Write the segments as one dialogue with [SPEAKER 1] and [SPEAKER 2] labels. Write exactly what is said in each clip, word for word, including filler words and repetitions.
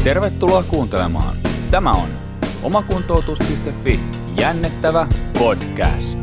[SPEAKER 1] Tervetuloa kuuntelemaan. Tämä on omakuntoutus piste fi jännittävä podcast.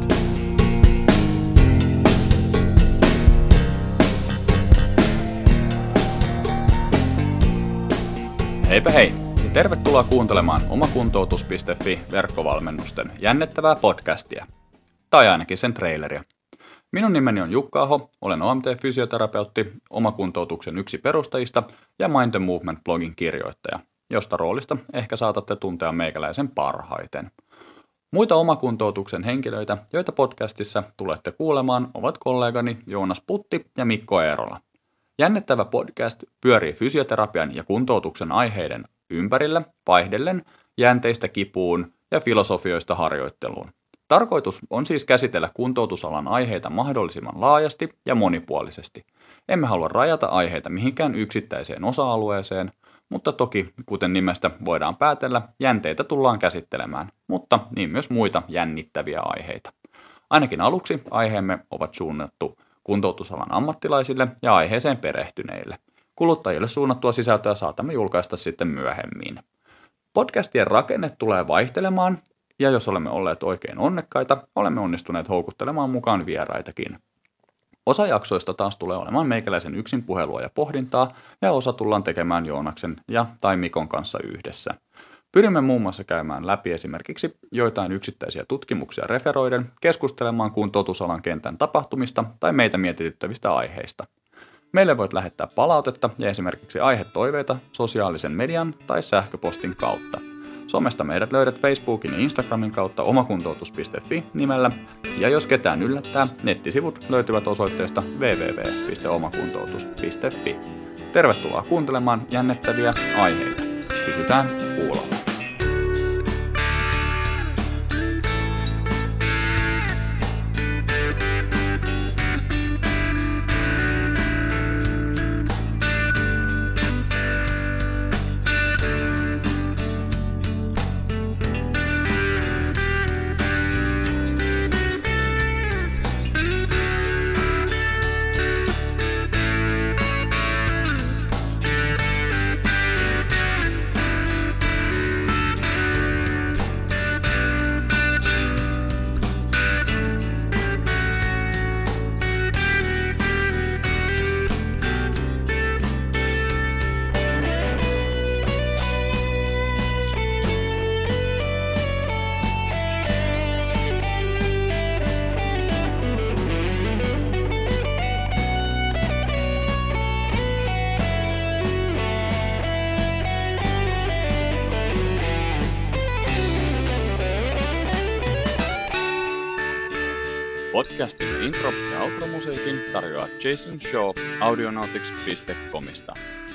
[SPEAKER 1] Heipä hei ja tervetuloa kuuntelemaan omakuntoutus piste fi verkkovalmennusten jännittävää podcastia. Tai ainakin sen traileria. Minun nimeni on Jukka Aho, olen O M T-fysioterapeutti, omakuntoutuksen yksi perustajista ja Mind the Movement-blogin kirjoittaja, josta roolista ehkä saatatte tuntea meikäläisen parhaiten. Muita omakuntoutuksen henkilöitä, joita podcastissa tulette kuulemaan, ovat kollegani Joonas Putti ja Mikko Eerola. Jännittävä podcast pyörii fysioterapian ja kuntoutuksen aiheiden ympärillä, vaihdellen jänteistä kipuun ja filosofioista harjoitteluun. Tarkoitus on siis käsitellä kuntoutusalan aiheita mahdollisimman laajasti ja monipuolisesti. Emme halua rajata aiheita mihinkään yksittäiseen osa-alueeseen, mutta toki, kuten nimestä voidaan päätellä, jänteitä tullaan käsittelemään, mutta niin myös muita jännittäviä aiheita. Ainakin aluksi aiheemme ovat suunnattu kuntoutusalan ammattilaisille ja aiheeseen perehtyneille. Kuluttajille suunnattua sisältöä saatamme julkaista sitten myöhemmin. Podcastien rakenne tulee vaihtelemaan, ja jos olemme olleet oikein onnekkaita, olemme onnistuneet houkuttelemaan mukaan vieraitakin. Osa jaksoista taas tulee olemaan meikäläisen yksin puhelua ja pohdintaa, ja osa tullaan tekemään Joonaksen ja tai Mikon kanssa yhdessä. Pyrimme muun muassa käymään läpi esimerkiksi joitain yksittäisiä tutkimuksia referoiden, keskustelemaan kuntoutusalan kentän tapahtumista tai meitä mietityttävistä aiheista. Meille voit lähettää palautetta ja esimerkiksi aihetoiveita sosiaalisen median tai sähköpostin kautta. Somesta meidät löydät Facebookin ja Instagramin kautta omakuntoutus piste fi nimellä, ja jos ketään yllättää, nettisivut löytyvät osoitteesta double-u double-u double-u piste omakuntoutus piste fi. Tervetuloa kuuntelemaan jännittäviä aiheita. Pysytään kuulolla. Podcastin intro- ja outro-musiikin tarjoaa Jason Shaw audionautics piste comista.